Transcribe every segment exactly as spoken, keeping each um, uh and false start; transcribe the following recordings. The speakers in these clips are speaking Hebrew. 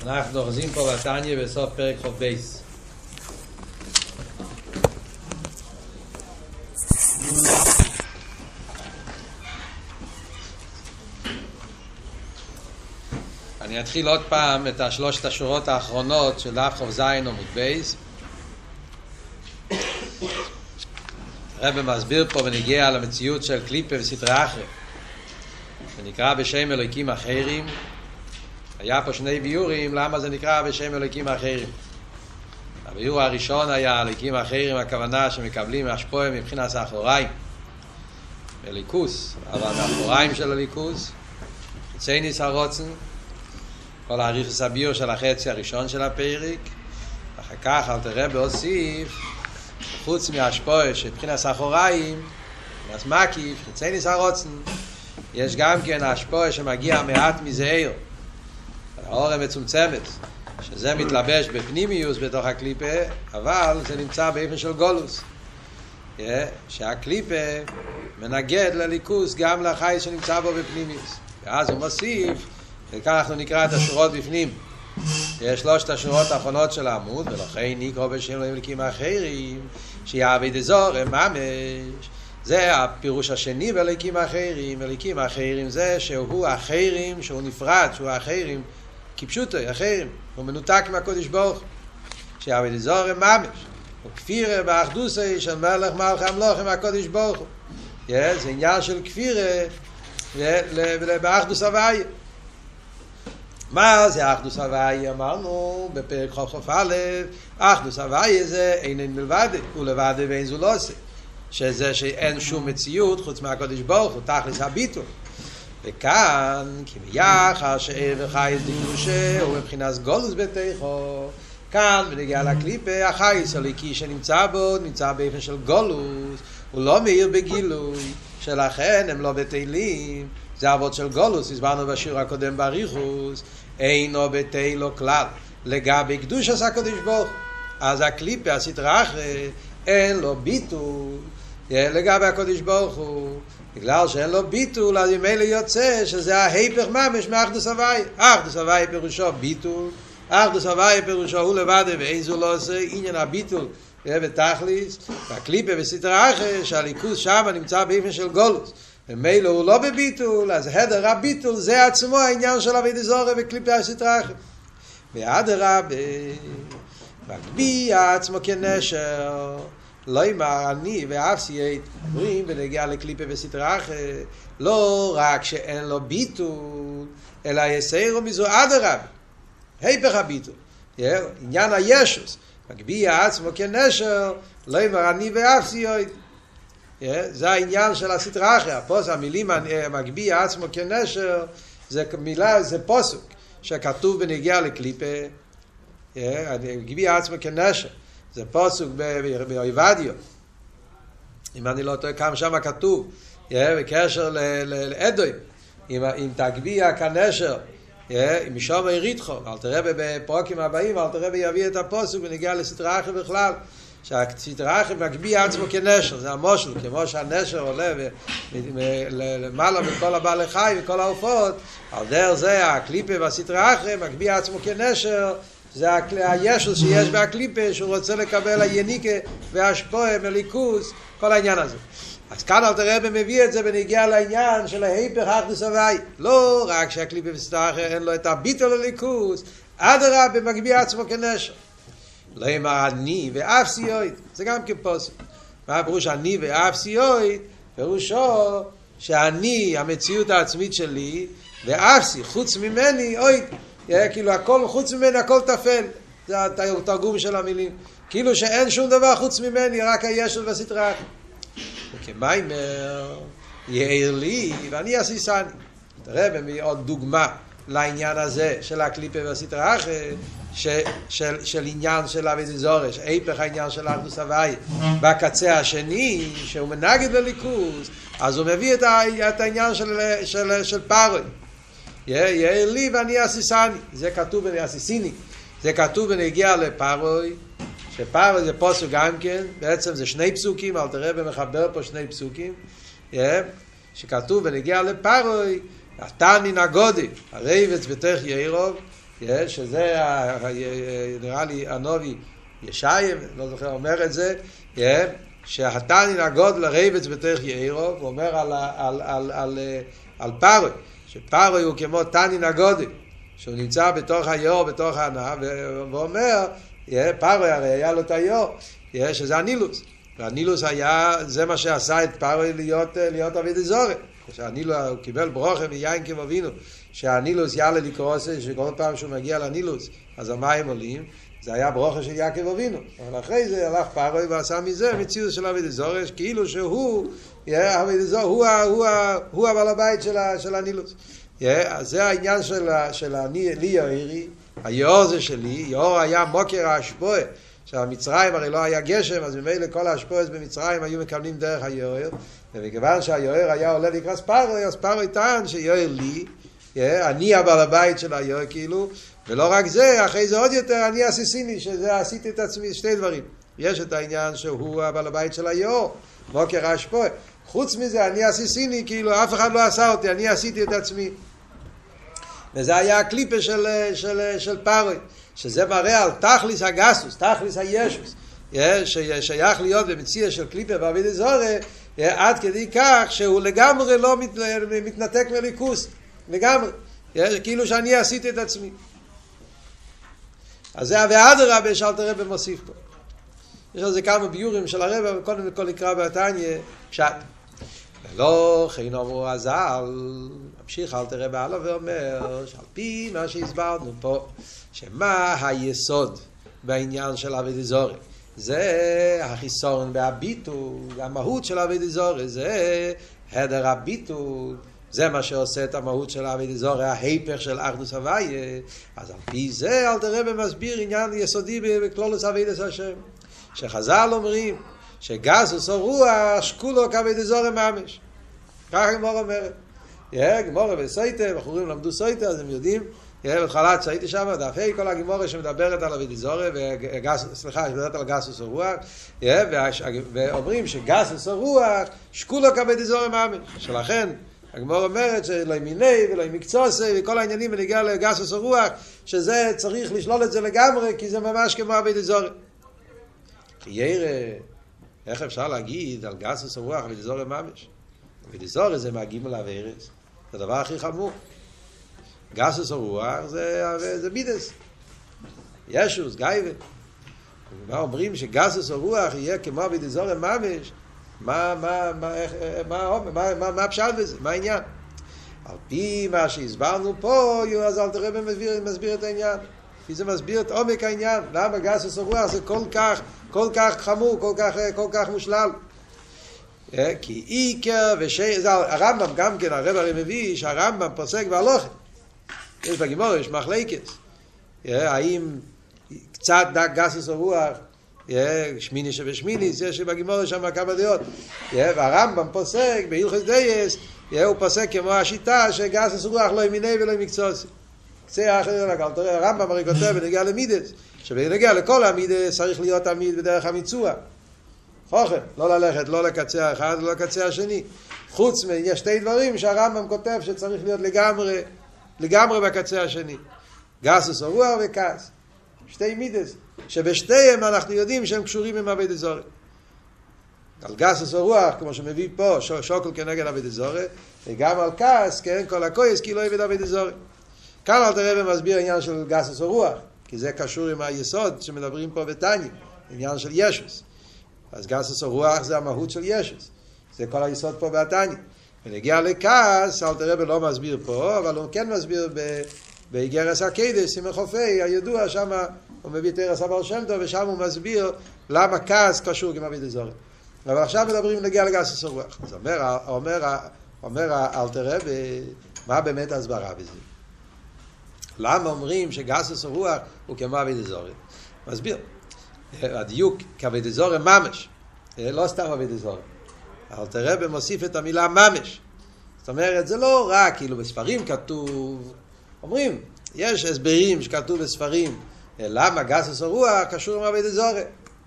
אנחנו אוחזים פה בתניא בסוף פרק חוב בייס. אני אתחיל עוד פעם את השלושת השורות האחרונות של דף חוב זין עמוד בייס. הרב מסביר פה ונגיע למציאות של קליפה וסטרא אחרא, שנקרא בשם אלוהיקים אחרים. היה פה שני ביורים למה זה נקרא בשם אלוהיקים אחרים. הביור הראשון היה אלוהיקים אחרים, הכוונה שמקבלים השפועה מבחינת האחוריים בליכוס, אבל האחוריים של הליכוס חצי ניס הרוצן, כל האריכוס הביור של החצי הראשון של הפרק. אחר כך אל תראה בהוסיף חוץ מהשפועה שבחינת האחוריים אז מקיף חצי ניס הרוצן, יש גם כן השפועה שמגיע מעט מזעיר, האור המצומצמת, שזה מתלבש בפנימיוס בתוך הקליפה, אבל זה נמצא באופן של גולוס, yeah, שהקליפה מנגד לליכוס גם לחי שנמצא בו בפנימיוס, ואז הוא מוסיף, וכאן אנחנו נקרא את השורות בפנים, יש שלושת השורות האחרונות של העמוד, ולכן נקרא בשם אלוהיקים אחרים שיעבד אזור ממש. זה הפירוש השני באלוהיקים אחרים. אלוהיקים אחרים זה שהוא אחרים, שהוא נפרד, שהוא אחרים כפשוטו, אחרים, הוא מנותק מהקודש ברוך, שיעבד אזור ממש, הוא כפירה באחדוסי של מלך מלך המלוך עם הקודש ברוך הוא. זה עניין של כפירה באחדוס הוויה. מה זה אחדוס הוויה? אמרנו בפרק חוב חוב א', אחדוס הוויה זה אין מלבד, הוא לבד ואין זו לא עושה, שזה שאין שום מציאות חוץ מהקודש ברוך הוא, תכלס הביטול. וכאן כי מיחר שאין וחייס דקדושה הוא מבחינת גולוס בתיכו, כאן בנגיע לקליפה החייס הליקי שנמצא בו נמצא באופן של גולוס, הוא לא מאיר בגילוי, שלכן הם לא בתהילים, זה אבות של גולוס. הסברנו בשיר הקודם בריחוס אינו בתהילו כלל לגבי קדוש עשה הקודש ברוך, אז הקליפה הסטרא אחרא אין לו ביטול לגבי הקודש ברוך הוא, בגלל שאין לו ביטול אז ממילא יוצא שזה ההיפך ממש מאחדוס הוויה. אחדוס הוויה פירושו ביטול, אחדוס הוויה פירושו הוא לבד ואין זו לא עושה, עניין הביטול בתכלס. והקליפה וסטרא אחרא שהליכוס שם נמצא באופן של גולוס, ומילא הוא לא בביטול, אז הדר הביטול זה עצמו העניין של עבודת זרה וקליפה הסטרא אחרא. ואדרבה מגביה עצמו כנשר, לא אמר אני ואפסי אומרים בנגיע לקליפה וסטרא אחרא לא רק שאין לו ביטול אלא יסיירו מזו אדרבה היפך הביטול, עניין הישוס מגביה עצמו כנשר, לא אמר אני ואפסי. זה העניין של הסטרא אחרא. פוס המילים מגביה עצמו כנשר זה מילה, זה פוסוק שכתוב בנגיע לקליפה, מגביה עצמו כנשר זה פוסוק בעובדיה, אם אני לא טועה כמה שם כתוב בקשר לאדוים, אם תגביה כנשר משום יריתך. אל תראה בפרקים הבאים, אל תראה יביא את הפוסוק בנגיע לסטרא אחרא בכלל, שהסטרא אחרא מגביה עצמו כנשר, זה המושל, כמו שהנשר עולה למעלה מכל הבעלי חי וכל העופות, על דרך זה הקליפה והסטרא אחרא מגביה עצמו כנשר, זה הישוס שיש בהקליפה שהוא רוצה לקבל היניקה והשפועה מליכוס, כל העניין הזה. אז כאן אל תראה מביא את זה בנגיע לעניין של ההיפך אחדוס הוויה, לא רק שהקליפה וסטרא אחרא אין לו את הביטול לליכוס, אדרבה מגביה עצמו כנשר. לא אמר אני ואפסי אוהד, זה גם כפוסק. מה הפירוש אני ואפסי אוהד? פירושו שאני המציאות העצמית שלי ואפסי חוץ ממני אוהד, כאילו הכל חוץ ממני הכל תפל, זה התרגום של המילים, כאילו שאין שום דבר חוץ ממני, רק הישו והסטרא אחרא. וכמיימר יאיר לי ואני אסיסני. תראה במי עוד דוגמה לעניין הזה של הקליפה והסטרא אחרא, של, של, של עניין של עבודת זרה, היפך העניין של אחדוס הוויה. בקצה השני שהוא מנגד לליכוס, אז הוא מביא את, ה, את העניין של, של, של פרעה, יאיר לי ואני אסיסני, זה כתוב בנאסיסיני, זה כתוב בנגיע לפרעה, שפרעה זה פוסק גם כן, בעצם זה שני פסוקים, אל תראה במחבר פה שני פסוקים, שכתוב בנגיע לפרעה, התני נגודי, הרבץ בתך יאירוב, שזה נראה לי הנובי ישיים, לא זוכר אומר את זה, שהתנין הגודל הרבץ בתוך יאירו, הוא אומר על, על, על, על, על פרוי, שפרוי הוא כמו תנין הגודל, שהוא נמצא בתוך היור, בתוך הענה, והוא אומר, פרוי הרי היה לו את היור, שזה הנילוס, והנילוס היה, זה מה שעשה את פרוי להיות, להיות אבידי זורי, כשהנילוס, הוא קיבל ברוכה מיין כמו אבינו, שהנילוס יעלה לקרוסה, שכל פעם שהוא מגיע לנילוס, אז המים עולים, זה היה ברוכה של יעקב אבינו. אבל אחרי זה הלך פרוי ועשה מזה מציאות של אבידי זורש, כאילו שהוא, אבידי זורש, הוא, הוא, הוא הבעל הבית של, של הנילוס. אז זה העניין של, של אני, לי יאירי, היאור זה שלי, יאור היה מוקר ההשפועה, שהמצרים הרי לא היה גשם, אז ממילא כל ההשפועות במצרים היו מקבלים דרך היאור, וכיוון שהיאור היה עולה לקראת פרוי, אז פרוי טען שיאיר לי, אני הבעל הבית של היאור כאילו, ולא רק זה, אחרי זה עוד יותר, אני הסיסיני, שזה עשיתי את עצמי, שתי דברים. יש את העניין שהוא הבעל הבית של היאור, מוקר ההשפועה. חוץ מזה, אני הסיסיני, כאילו אף אחד לא עשה אותי, אני עשיתי את עצמי. וזה היה הקליפה של, של, של פרוי, שזה מראה על תכליס הגסוס, תכליס הישוס, ששייך להיות במציאה של קליפה ואבידי זורי, עד כדי כך שהוא לגמרי לא מת, מתנתק מליכוס, לגמרי, כאילו שאני עשיתי את עצמי. אז זה והאדרבה שאלתר רבי מוסיף פה. יש על זה כמה ביורים של הרב, קודם כל נקרא בתניא פשט. ולא כן אמרו הז"ל, ממשיך אלתר רבי הלאה ואומר, שעל פי מה שהסברנו פה, שמה היסוד בעניין של אבידי זורי? זה החיסורן בהביטול, המהות של אבידי זורי, זה הדר הביטול, זה מה שעושה את המהות של אבידי זורי, ההיפך של אחדוס הוויה. אז על פי זה אלתר רבי מסביר עניין יסודי בכלולוס אבידס השם, שחז"ל אומרים שגסוס או רוח שקולו כאבידי זורי ממש. ככה גמור אומרת. גמור בסייטה, בחורים למדו סייטה, אז הם יודעים, בתחילת סייטה שם, דף ה' כל הגמורה שמדברת על אבידי זורי, סליחה, שמדברת על גסוס או רוח, ואומרים שגסוס או רוח שקולו כאבידי זורי ממש. שלכן הגמור אומרת שלא מיני ולא מקצוסי וכל העניינים בנגיע לגסוס או רוח, שזה צריך לשלול את זה לגמרי, כי זה ממש כמו אבידי זורי. חיירה, איך אפשר להגיד על גסוס או רוח אבידי זורי ממש? אבידי זורי זה מהגימל והרס, זה הדבר הכי חמור. גסוס או רוח זה, זה בידס, ישוס, גייבה. מה אומרים שגסוס או רוח יהיה כמו אבידי זורי ממש? מה, מה, מה, מה, מה, מה, מה הפשט בזה? מה העניין? על פי מה שהסברנו פה, אז אלתר רבי מסביר, מסביר את העניין. כי זה מסביר את עומק העניין. למה גסוס או רוח זה כל כך, כל כך חמור, כל כך, כל כך מושלל. כי עיקר ושי, זה הרמב"ם גם כן, הרב הרי מביא שהרמב"ם פוסק בהלכה. יש בגימור, יש מחלקת. האם קצת דק גסוס או רוח, שמיני שבשמיני, זה שבגימור יש שם כמה דעות. והרמב"ם פוסק בהלכות דייס, הוא פוסק כמו השיטה שגסוס או רוח לא ימיני ולא מקצוסי. קצה אחר לגל, תראה, הרמב"ם הרי כותב בנגיע למידס, שבנגיע לכל המידס צריך להיות עמיד בדרך המיצוע. חוכם, לא ללכת, לא לקצה האחד, לא לקצה השני. חוץ מ... יש שתי דברים שהרמב"ם כותב שצריך להיות לגמרי, לגמרי בקצה השני. גסוס או רוח וכעס. שתי מידס, שבשתיהם אנחנו יודעים שהם קשורים עם אבידי זורי. על גסוס או רוח, כמו שמביא פה, שוקל כנגד אבידי זורי, וגם על כעס, כן, כל הכויס, כי לא יבד אבידי זורי. כאן אלתר רבי מסביר העניין של גסוס או רוח, כי זה קשור עם היסוד שמדברים פה בתניא, עניין של ישוס. אז גסוס או רוח זה המהות של ישוס. זה כל היסוד פה בתניא. ונגיע לכעס, אלתר רבי לא מסביר פה, אבל הוא כן מסביר באיגרס הקדש, סימן חופי, הידוע, שם הוא מביא תרס הבעל שם טוב, ושם הוא מסביר למה כעס קשור עם אבידי זורי. אבל עכשיו מדברים נגיע לגסוס או רוח. אז אומר, אומר, אומר אלתר רבי, מה באמת הסברה בזה? למה אומרים שגסוס או רוח הוא כמו אבידי זורי? מסביר. הדיוק כאבידי זורי ממש, לא סתם אבידי זורי. אלתר רבי מוסיף את המילה ממש. זאת אומרת, זה לא רק, כאילו בספרים כתוב, אומרים, יש הסברים שכתוב בספרים, למה גסוס או רוח קשור עם אבידי זורי.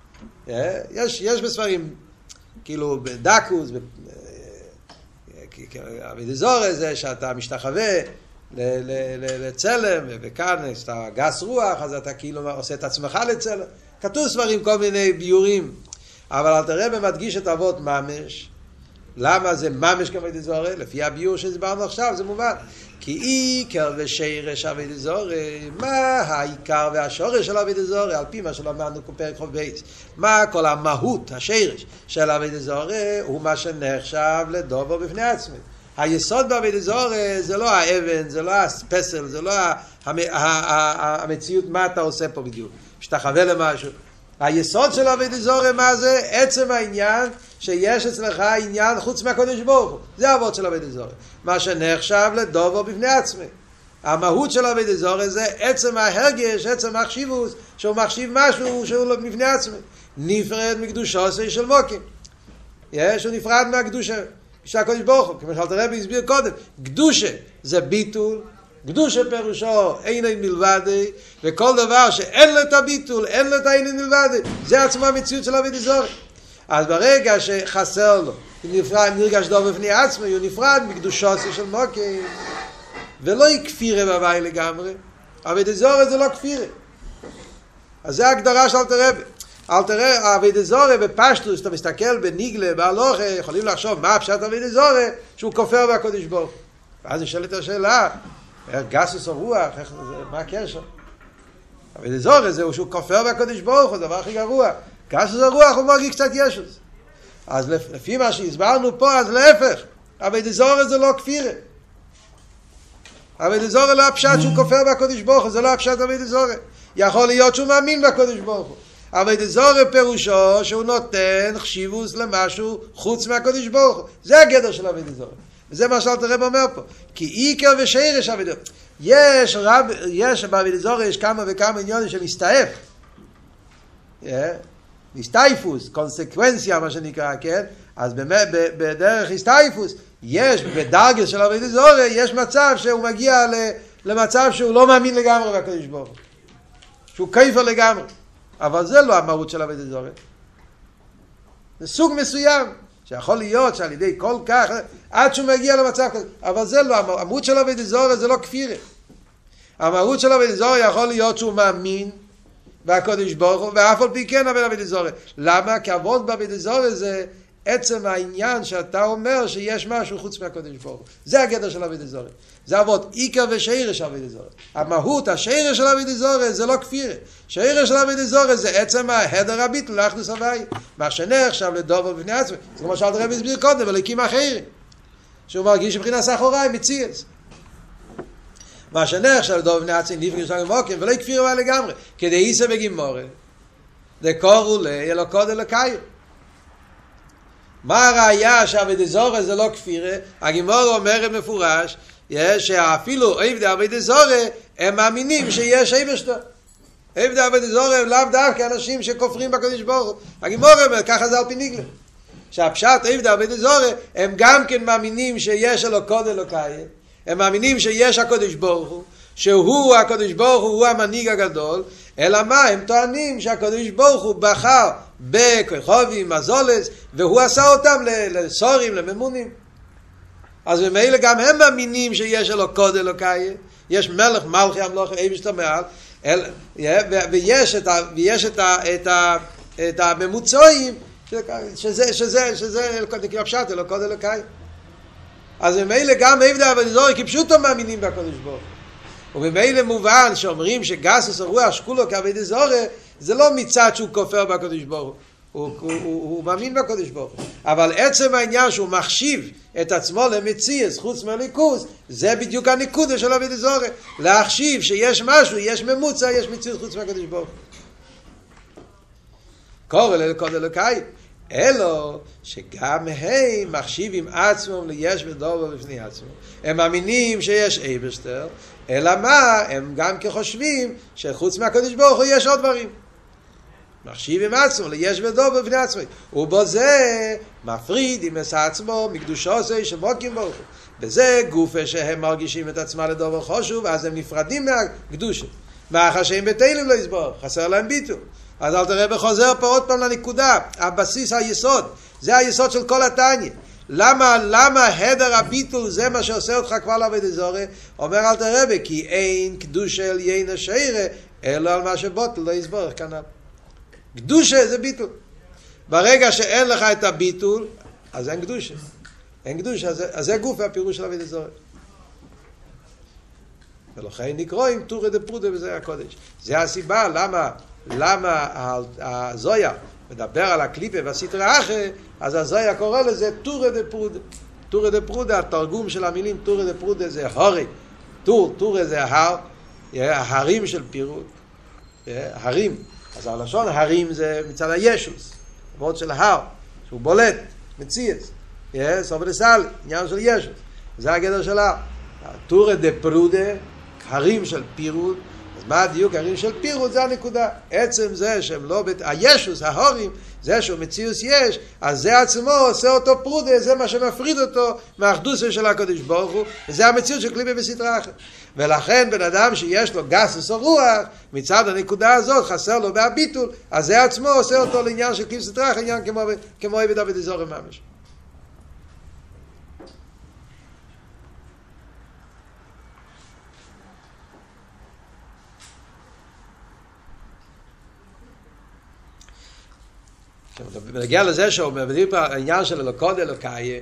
יש, יש בספרים, כאילו בדקוס, אבידי זורי זה שאתה משתחווה, לצלם, וכאן אתה גס רוח, אז אתה כאילו עושה את עצמך לצלם. כתוב ספרים כל מיני ביורים, אבל אל תראה במדגיש את אבות ממש. למה זה ממש כעבודת זוהר? לפי הביור שדיברנו עכשיו זה מובן. כי עיקר ושרש עבודת זוהר, מה העיקר והשורש של עבודת זוהר? על פי מה שלמדנו בפרק חוב בייס. מה כל המהות, השרש של עבודת זוהר, הוא מה שנחשב לדובר בפני עצמי. היסוד בעבודת זוהר זה לא האבן, זה לא הפסל, זה לא המציאות, מה אתה עושה פה בדיוק. שאתה חווה למשהו. היסוד של עבודת זוהר מה זה? עצם העניין שיש אצלך עניין חוץ מהקדוש ברוך הוא. זה העבוד של עבודת זוהר. מה שנחשב לדובר בפני עצמי. המהות של עבודת זוהר זה עצם ההרגש, עצם החשיבות, שהוא מחשיב משהו שהוא בפני עצמי. נפרד מקדושו של מוקים. יש, הוא נפרד מהקדושה. שהקדוש ברוך הוא, כמו שאלת הרבי הסביר קודם, קדושה זה ביטול, קדושה פירושו אין מלבדי, וכל דבר שאין לו את הביטול, אין לו את האין מלבדי, זה עצמו המציאות של עבודת זוהר. אז ברגע שחסר לו, נפרד, נרגש דובר בפני עצמו, הוא נפרד מקדושו של מוקים, ולא היא כפירה בבית לגמרי. עבודת זוהר זה לא כפירה. אז זה ההגדרה של אלת הרבי. אל תראה, עבודת זוהר בפשטוס, אתה מסתכל בניגלה, בהלוכה, יכולים לחשוב מה פשט עבודת זוהר, שהוא כופר בקדוש ברוך. ואז נשאלת השאלה, גסוס הרוח, מה הקשר? עבודת זוהר זה שהוא כופר בקדוש ברוך, זה הדבר הכי גרוע. גסוס הרוח הוא מרגיש קצת ישוס. אז לפי מה שהסברנו פה, אז להפך, עבודת זוהר זה לא כפירה. עבודת זוהר לא הפשט שהוא כופר בקדוש ברוך, זה לא הפשט עבודת זוהר. יכול להיות שהוא מאמין בקדוש ברוך הוא. עבודת זוהר פירושו שהוא נותן חשיבות למשהו חוץ מהקדוש ברוך הוא. זה הגדר של עבודת זוהר. וזה מה שאלת הרב אומר פה. כי עיקר ושרש עבודת זוהר. יש רב, יש בעבודת זוהר יש כמה וכמה עניונים שמסתעף. מסתעפוס, קונסקוונציה מה שנקרא, כן? אז באמת בדרך הסתעפוס, יש בדרגה של עבודת זוהר, יש מצב שהוא מגיע למצב שהוא לא מאמין לגמרי בקדוש ברוך הוא. שהוא כיפר לגמרי. אבל זה לא המהות של עבודת זוהר. זה סוג מסוים, שיכול להיות שעל ידי כל כך, עד שהוא מגיע למצב כזה, אבל זה לא, המהות של עבודת זוהר זה לא כפירה. המהות של עבודת זוהר יכול להיות שהוא מאמין בקדוש ברוך הוא, ואף על פי כן עבודת זוהר. למה? כי עבוד בעבודת זוהר זה עצם העניין שאתה אומר שיש משהו חוץ מהקדוש ברוך הוא. זה הגדר של עבודת זוהר. זה עבוד עיקר ושרש עבודת זוהר. המהות, השרש של עבודת זוהר זה לא כפירה. שרש של עבודת זוהר זה עצם ההדר הביטול לאחדוס הוויה. מה שנחשב לדובר בפני עצמו. זה כמו שאלת הרבי הסביר קודם, ולקים אחרים. שהוא מרגיש מבחינת אחוריי מציאס. מה שנחשב לדובר בפני עצמו נפגש של מוקים ולא כפירה בה לגמרי. כדי איסה בגימורה. דקורו לאלוקות אלוקאי. מה הראיה שעבודת זוהר זה לא כפירה? הגימורה אומרת מפורש שאפילו עבדי עבודת זוהר הם מאמינים שיש אבשתו. עבדי עבודת זוהר הם לאו דווקא אנשים שכופרים בקדוש ברוך הוא. הגימורה אומר ככה זה על פי ניגלה. שהפשט עבדי עבודת זוהר הם גם כן מאמינים שיש אלוקות אלוקאי. הם מאמינים שיש הקדוש ברוך הוא, שהוא הקדוש ברוך הוא, הוא המנהיג הגדול. אלא מה? הם טוענים שהקדוש ברוך הוא בחר בכוכבים, מזולס, והוא עשה אותם לסורים, לממונים. אז במילא גם הם מאמינים שיש אלוקות אלוקאי, יש מלך מלכי המלוך אבשתו מעל, אל, ויש את ה, ויש את ה, את ה, את הממוצעים שזה שזה שזה אלוקות פשט אלוקות אלוקאי. אז במילא גם עבדי עבודת זוהר כפשוטו מאמינים בקדוש ברוך הוא. ובמילא מובן שאומרים שגסוס הרוח שכולו כעבודת זוהר זה לא מצד שהוא כופר בקדוש ברוך הוא. הוא, הוא, הוא, הוא מאמין בקדוש ברוך הוא. אבל עצם העניין שהוא מחשיב את עצמו למציאס חוץ מהליכוז, זה בדיוק הנקודה של עבודת זוהר. להחשיב שיש משהו, יש ממוצע, יש מציאס חוץ מהקדוש ברוך הוא. קורא לאלוקות אלוקאי. אלו שגם הם מחשיבים עצמם ליש ודובר בפני עצמם. הם מאמינים שיש אבשטר, אלא מה? הם גם כחושבים שחוץ מהקדוש ברוך הוא יש עוד דברים. מחשיבים עצמם ליש ודובר בפני עצמם. ובזה מפריד עם את עצמו מקדושו זה שמוקים ברוך הוא. בזה גופה שהם מרגישים את עצמם לדובר חשוב, אז הם נפרדים מהקדושה. מאחר שהם בתהילים לא יסבור, חסר להם ביטול. אז אל תראה בחוזר פה עוד פעם לנקודה, הבסיס, היסוד, זה היסוד של כל התניא. למה, למה הדר הביטול זה מה שעושה אותך כבר לעבוד זורה? אומר אל תרבה, כי אין קדושה אל יין השעירה, אלא על מה שבוטל לא יסבור כנ"ל. קדושה זה ביטול. ברגע שאין לך את הביטול, אז אין קדושה. אין קדושה, אז, אז זה גוף הפירוש של עבוד זורה. ולכן נקרואים תורא דפרודה בזה הקודש. זה הסיבה למה, למה הזויה מדבר על הקליפה והסטרא אחרא, אז הזויה קורא לזה תורא דפרודה. תורא דפרודה, התרגום של המילים תורא דפרודה זה הורי. תור, תורא זה ההר, ההרים של פירוד. הרים. אז הלשון הרים זה מצד הישוס. מאוד של ההר, שהוא בולט, מציאס. סוף ודסל, עניין של ישוס. זה הגדר של ההר. תורא דפרודה, הרים של פירוד. אז מה הדיוק? הרים של פירוד זה הנקודה. עצם זה שהם לא... בת... הישוס, ההורים, זה שהוא מציאוס יש, אז זה עצמו עושה אותו פרודה, זה מה שמפריד אותו מהאחדות של הקדוש ברוך הוא, וזה המציאות של קליפה וסטרא אחרא. ולכן בן אדם שיש לו גסוס או רוח, מצד הנקודה הזאת חסר לו בהביטול, אז זה עצמו עושה אותו לעניין של קליפה וסטרא אחרא, עניין כמו, כמו עבד עבד זורא ממש. ונגיע לזה שהוא מבדיל פה העניין של אלוקות אלוקאי,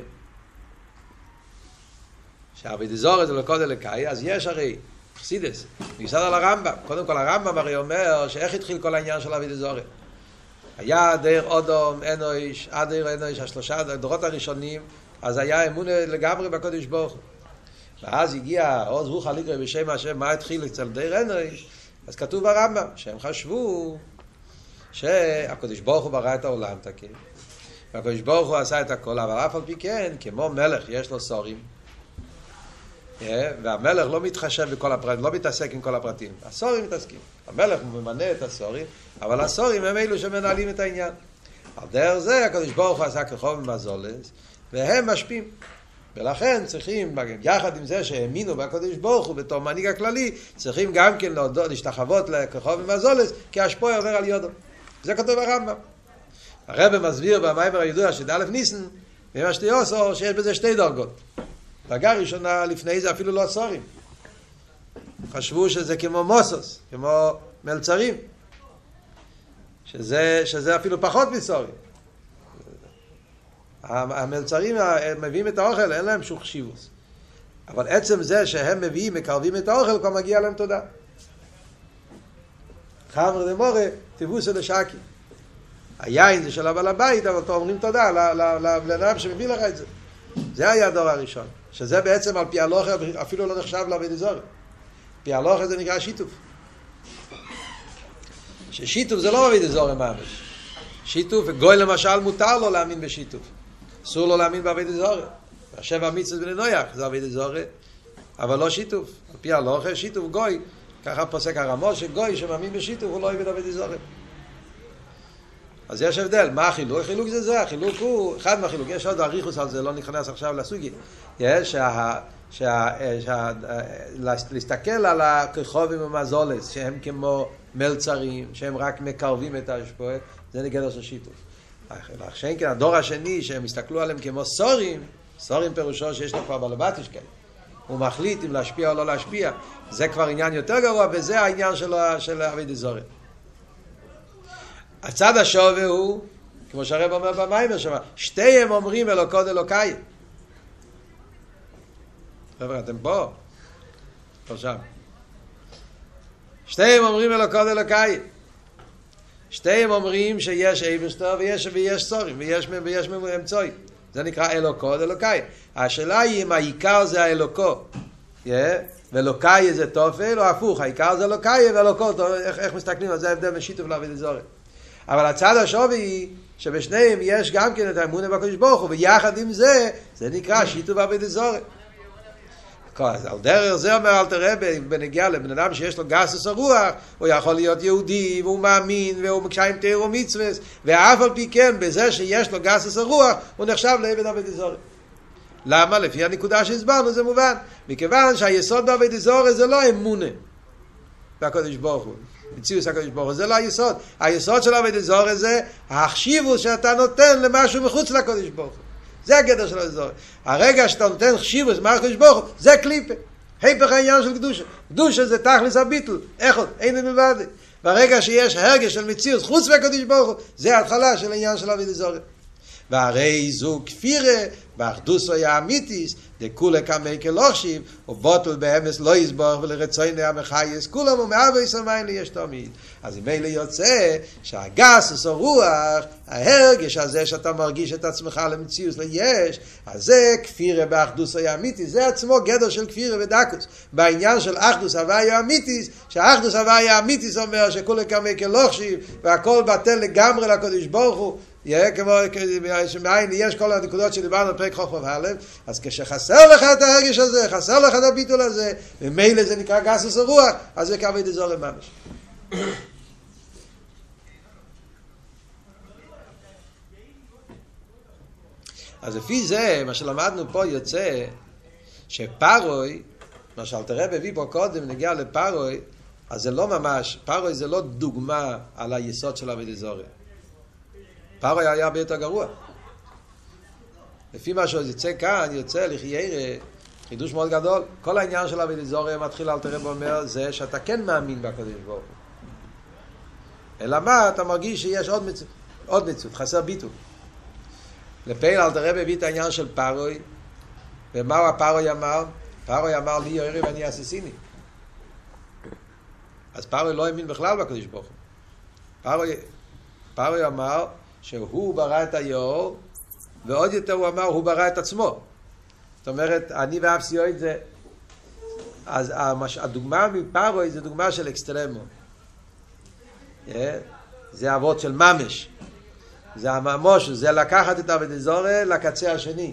שעבד זורא זה אלוקות אלוקאי, אז יש הרי חסידס, נגסד על הרמב"ם. קודם כל הרמב"ם הרי אומר שאיך התחיל כל העניין של עבד זורא. היה דרך אודום, אנוש, עד דרך אנוש, השלושה הדורות הראשונים, אז היה אמונה לגמרי בקדוש ברוך הוא. ואז הגיע עוז רוחא לקרא בשם השם, מה התחיל אצל דרך אנוש? אז כתוב ברמב"ם שהם חשבו שהקדוש ברוך הוא ברא את העולם תקין, והקדוש ברוך הוא עשה את הכל, אבל אף על פי כן, כמו מלך יש לו סורים, והמלך לא מתחשב בכל הפרטים, לא מתעסק עם כל הפרטים, הסורים מתעסקים. המלך ממנה את הסורים, אבל הסורים הם אלו שמנהלים את העניין. על דרך זה הקדוש ברוך הוא עשה כחוב ומזולת, והם משפיעים. ולכן צריכים, יחד עם זה שהאמינו בקדוש ברוך הוא בתור מנהיג הכללי, צריכים גם כן להשתחוות לכחוב ומזולת, כי השפוע עובר על יודו. זה כתוב ברמב"ם. הרב מסביר במאמר הידוע של א' ניסן, ומה שתיוסו, שיש בזה שתי דרגות. דרגה ראשונה לפני זה אפילו לא סורים. חשבו שזה כמו מוסוס, כמו מלצרים. שזה, שזה אפילו פחות מסורים. המלצרים מביאים את האוכל, אין להם שום חשיבות. אבל עצם זה שהם מביאים, מקרבים את האוכל, כבר מגיע להם תודה. חבר דמורה, תבוסו לשקי. היין זה של הבעל הבית, אבל אתם אומרים תודה לבן שמביא לך את זה. זה היה הדור הראשון. שזה בעצם על פי הלוכה, אפילו לא נחשב לעבד זורא. פי הלוכה זה נקרא שיתוף. ששיתוף זה לא עבד זורא ממש. שיתוף, גוי למשל מותר לו להאמין בשיתוף. אסור לו להאמין בעבד זורא. השבע מצוות בני נויח זה עבד זורא, אבל לא שיתוף. על פי הלוכה, שיתוף גוי. ככה פוסק הרמו"ש, שגוי שמאמין בשיתוף הוא לא עבד עבד זורא. אז יש הבדל, מה החילוק? החילוק זה זה, החילוק הוא, אחד מהחילוק, יש עוד אריכוס על זה, לא נכנס עכשיו לסוגיה. יש שה, שה, שה, להסתכל על הכחובים ומזולס, שהם כמו מלצרים, שהם רק מקרבים את השפוע, זה נגדר של שיתוף. לכן כן, הדור השני, שהם הסתכלו עליהם כמו סורים, סורים פירושו שיש לו כבר בלבטיש כאלה. הוא מחליט אם להשפיע או לא להשפיע, זה כבר עניין יותר גרוע, וזה העניין שלו, של עבד זורא. הצד השווה הוא, כמו שהרב אומר במיימר שם, שתיהם אומרים אלוקות אלוקאי. חבר'ה, אתם פה? פה שם. שתיהם אומרים אלוקות אלוקאי. שתיהם אומרים שיש אייבשטר ויש, ויש סורים, ויש, ויש אמצוי. זה נקרא אלוקות אלוקאי. השאלה היא אם העיקר זה האלוקו. Yeah. ואלוקאי זה תופל או הפוך, העיקר זה אלוקאי ואלוקות. איך, איך מסתכלים על זה ההבדל משיתוף לעבד זורא. אבל הצד השווה היא שבשניהם יש גם כן את האמונה בקדוש ברוך הוא, ויחד עם זה, זה נקרא שיתוף עבד זורא. אז על דרך זה אומר אל תראה בנגיע לבן אדם שיש לו גסוס הרוח, הוא יכול להיות יהודי, והוא מאמין, והוא מקיים תורה ומצוות, ואף על פי כן, בזה שיש לו גסוס הרוח, הוא נחשב לעבד עבד זורא. למה? לפי הנקודה שהסברנו זה מובן. מכיוון שהיסוד בעבד זורא זה לא אמונה בקדוש ברוך הוא. מציאות הקדוש ברוך הוא, זה לא היסוד. היסוד של עבד זורא זה החשיבות שאתה נותן למשהו מחוץ לקדוש ברוך הוא. זה הגדר של האזור. הרגע שאתה נותן חשיבוס מערכת ברוך הוא, זה קליפה. היפך העניין של קדושה. קדושה זה תכלס הביטול, איך עוד? אין לבד. ברגע שיש הרגש של מציאות חוץ מהקדוש ברוך הוא, זה ההתחלה של העניין של אביד הזורם. והרי זו כפירה, באחדוסו יאמיתיס, דכולה כמי כלוכשיב, ובוטל באמס לא יסבור ולרצוין המחייס, כולם ומאבו יסמיים לי יש תמיד. אז אם אלה יוצא, שהגס או רוח, ההרגש הזה שאתה מרגיש את עצמך למציאות ליש, אז זה כפירה באחדוסו יאמיתיס, זה עצמו גדר של כפירה ודקוס. בעניין של אחדוס הוואי יאמיתיס, שהאחדוס הוואי יאמיתיס אומר שכולה כמי כלוכשיב, והכל בטל לגמרי לקדוש ברוך הוא, יהיה כמו שמעין יש כל הנקודות שדיברנו בפרק חוכמה והלב, אז כשחסר לך את הרגש הזה, חסר לך את הביטול הזה, ומילא זה נקרא גסוס הרוח, אז זה כאבי דזור ממש. אז לפי זה, מה שלמדנו פה יוצא, שפרוי, מה שאלתר רבי הביא פה קודם, נגיע לפרוי, אז זה לא ממש, פרוי זה לא דוגמה על היסוד של אבי דזור. פרוי היה הרבה יותר גרוע. לפי מה שיוצא כאן, יוצא לחיירה, חידוש מאוד גדול. כל העניין של אבי דזור מתחיל אלתר רבי אומר, זה שאתה כן מאמין בקדוש ברוך הוא. אלא מה, אתה מרגיש שיש עוד מציאות, עוד מציאות, חסר ביטול. לפעיל אלתר רבי הביא את העניין של פרוי, ומהו הפרוי אמר? פרוי אמר לי יורי ואני אססיני. אז פרוי לא האמין בכלל בקדוש ברוך הוא. פרוי, פרוי אמר שהוא ברא את היאור, ועוד יותר הוא אמר, הוא ברא את עצמו. זאת אומרת, אני ואפסיו את זה. אז הדוגמה מפרוי זה דוגמה של אקסטרמו. זה אבות של ממש. זה הממוש, זה לקחת את אבי דזור לקצה השני.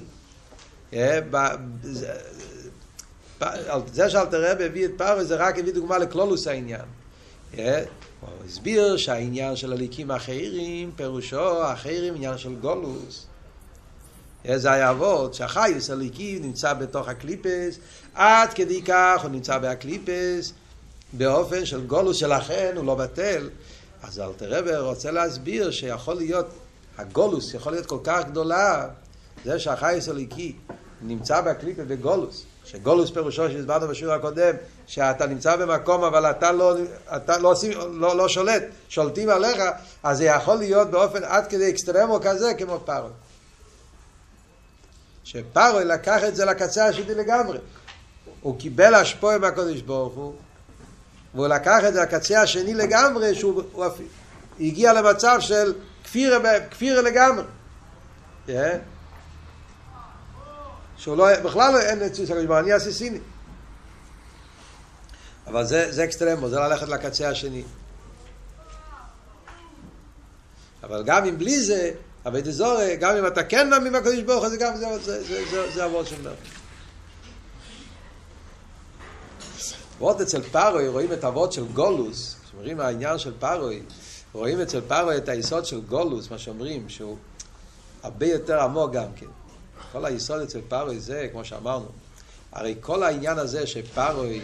זה שאלתר רבי הביא את פרוי, זה רק הביא דוגמה לכלולוס העניין. הוא הסביר שהעניין של הליקים האחרים, פירושו האחרים עניין של גולוס. זה היה אבות שהחייס הליקים נמצא בתוך הקליפס, עד כדי כך הוא נמצא בהקליפס, באופן של גולוס שלכן הוא לא בטל. אז אלתר רבי רוצה להסביר שיכול להיות, הגולוס יכול להיות כל כך גדולה, זה שהחייס הליקי נמצא בהקליפס בגולוס, שגולוס פירושו שהסברנו בשיעור הקודם, שאתה נמצא במקום אבל אתה לא, אתה לא, לא, לא שולט, שולטים עליך, אז זה יכול להיות באופן עד כדי אקסטרמו כזה כמו פרוי. שפרוי לקח את זה לקצה השני לגמרי. הוא קיבל השפועה מהקדוש ברוך הוא, והוא לקח את זה לקצה השני לגמרי, שהוא הוא, הגיע למצב של כפירה, כפירה לגמרי. Yeah. שהוא לא, בכלל לא אין נציאות, אני אססיני. אבל זה, זה אקסטרמו, זה ללכת לקצה השני. אבל גם אם בלי זה, אבי דזור, גם אם אתה כן מאמין בקדוש ברוך הוא, זה גם, זה, זה, זה, זה, זה עבוד של נר. ועוד אצל פרוי רואים את עבוד של גולוס, כשאומרים העניין של פרוי, רואים אצל פרוי את היסוד של גולוס, מה שאומרים, שהוא הרבה יותר עמוק גם כן. כל היסוד אצל פרוי זה, כמו שאמרנו, הרי כל העניין הזה שפרוי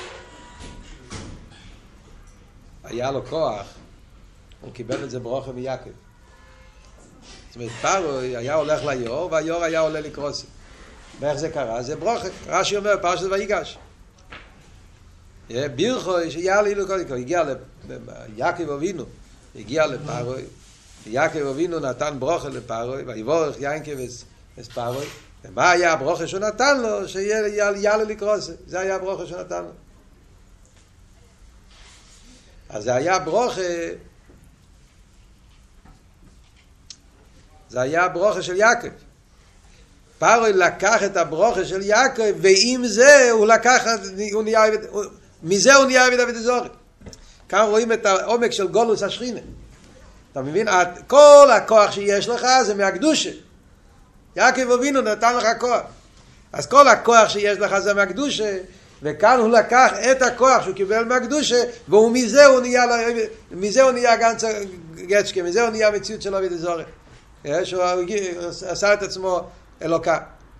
היה לו כוח, הוא קיבל את זה ברוכה מיעקב. זאת אומרת, פרוי היה הולך ליאור, והיאור היה עולה לקרוסי. ואיך זה קרה? זה ברוכה. רש"י אומר, פרשת ויגש. בירכו, שיהיה לאילו קודם, הגיע ליעקב אבינו, הגיע לפרוי, יעקב אבינו נתן ברוכה לפרוי, ויבורך יעקב את פרוי, ומה היה הברוכה שהוא נתן לו? שיהיה לקרוסי. זה היה הברוכה שהוא נתן לו. אז זה היה ברוכה, זה היה הברוכה של יעקב. פרוי לקח את הברוכה של יעקב, ועם זה הוא לקח, הוא נהיה, הוא, מזה הוא נהיה עבד אבי דזור. כאן רואים את העומק של גולוס השכינה. אתה מבין? כל הכוח שיש לך זה מהקדושה. יעקב אבינו נתן לך כוח. אז כל הכוח שיש לך זה מהקדושה, וכאן הוא לקח את הכוח שהוא קיבל מהקדושה, ומזה הוא נהיה, מזה הוא נהיה גנץ גצ'קה, מזה הוא נהיה מציאות של אבי דזור. שהוא עשה את עצמו אלוקה.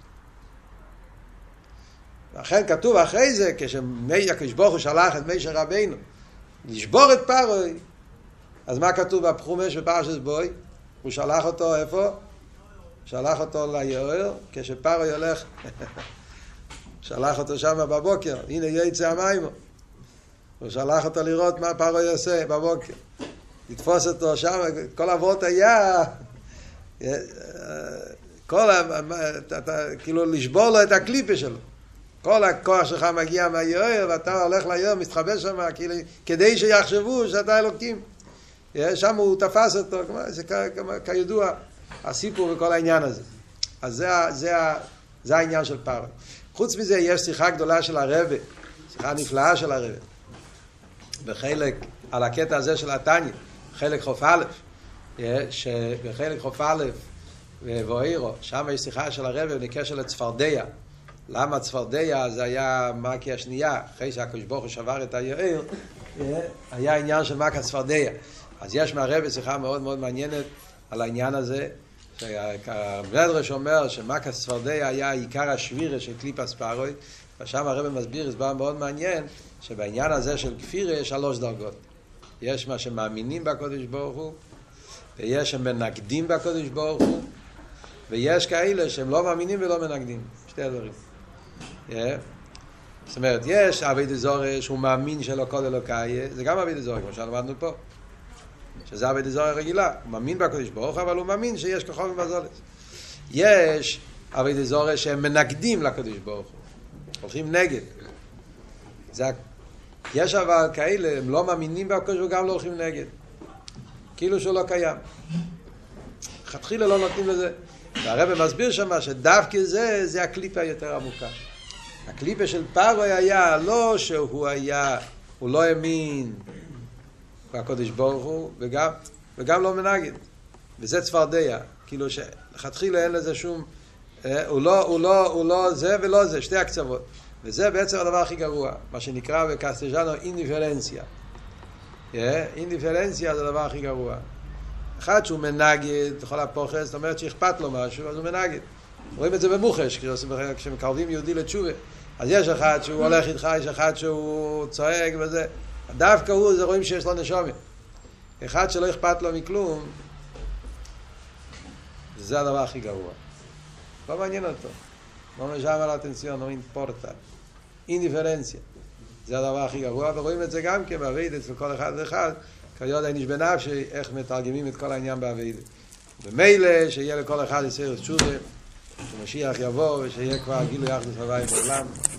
לכן כתוב אחרי זה, כשהקדוש ברוך הוא שלח את משה רבינו לשבור את פרוי, אז מה כתוב בפרומש בפרשת בוי? הוא שלח אותו איפה? שלח אותו ליואר, כשפרעה הולך, שלח אותו שם בבוקר, הנה יצא המים. הוא שלח אותו לראות מה פרעה יעשה בבוקר. לתפוס אותו שם, כל אבות היה, כל, כאילו לשבור לו את הקליפה שלו. כל הכוח שלך מגיע מהיואר, ואתה הולך ליואר, מסתחבא שם, כאילו, כדי שיחשבו שאתה אלוקים. שם הוא תפס אותו, זה כידוע, הסיפור וכל העניין הזה. אז זה, זה, זה העניין של פרעה. חוץ מזה יש שיחה גדולה של הרבי, שיחה נפלאה של הרבי. בחלק, על הקטע הזה של התניא, חלק חוף א', שבחלק חוף א' ובואירו, שם יש שיחה של הרבי בקשר לצפרדיה. למה צפרדיה זה היה מכה השנייה, אחרי שהקדוש ברוך הוא שבר את היואר, היה עניין של מכה צפרדיה. אז יש מהרבי שיחה מאוד מאוד מעניינת על העניין הזה, שהמדרש אומר שמכה צפרדיה היה עיקר השבירה של קליפת פרעה, ושם הרבי מסביר הסבר מאוד מעניין, שבעניין הזה של כפירה יש שלוש דרגות. יש מה שמאמינים בקדוש ברוך הוא, ויש שמנגדים בקדוש ברוך הוא, ויש כאלה שהם לא מאמינים ולא מנגדים. שתי הדברים. Yeah. זאת אומרת, יש עבד זורע שהוא מאמין שלא כל אלוקאי, זה גם עבד זורע, כמו שלמדנו פה. שזה עבד זורע רגילה. הוא מאמין בקדוש ברוך הוא, אבל הוא מאמין שיש כוחו ומזולת. יש עבד זורע שהם מנגדים לקדוש ברוך הוא. הולכים נגד. זה... יש אבל כאלה, הם לא מאמינים בקדוש וגם לא הולכים נגד. כאילו שהוא לא קיים. חתחילה לא נותנים לזה. והרבא מסביר שמה שדווקא זה, זה הקליפה היותר עמוקה. הקליפה של פרעה היה לא שהוא היה, הוא לא האמין בקדוש ברוך הוא, וגם, וגם לא מנגד. וזה צפרדיה. כאילו שחתחילה אין לזה שום, הוא לא, הוא לא, הוא לא זה ולא זה, שתי הקצוות. וזה בעצם הדבר הכי גרוע, מה שנקרא בקסטג'אנו אינדיפרנציה. אינדיפרנציה זה הדבר הכי גרוע. אחד שהוא מנגד, לכל הפוחס, זאת אומרת שאכפת לו משהו, אז הוא מנגד. רואים את זה במוחש, כשמקרבים יהודי לתשובה. אז יש אחד שהוא הולך איתך, יש אחד שהוא צועק וזה. דווקא הוא, זה רואים שיש לו נשומת. אחד שלא אכפת לו מכלום, זה הדבר הכי גרוע. לא מעניין אותו. לא משם על אטנציון, לא אינפורטה. אינדיפרנציה. זה הדבר הכי גרוע, ורואים את זה גם כן בעבודה אצל כל אחד ואחד. כיודע איניש בנפשי, איך מתרגמים את כל העניין בעבודה. במילא שיהיה לכל אחד יסיר תשובה, שמשיח יבוא ושיהיה כבר גילוי אחדות הוואי בעולם.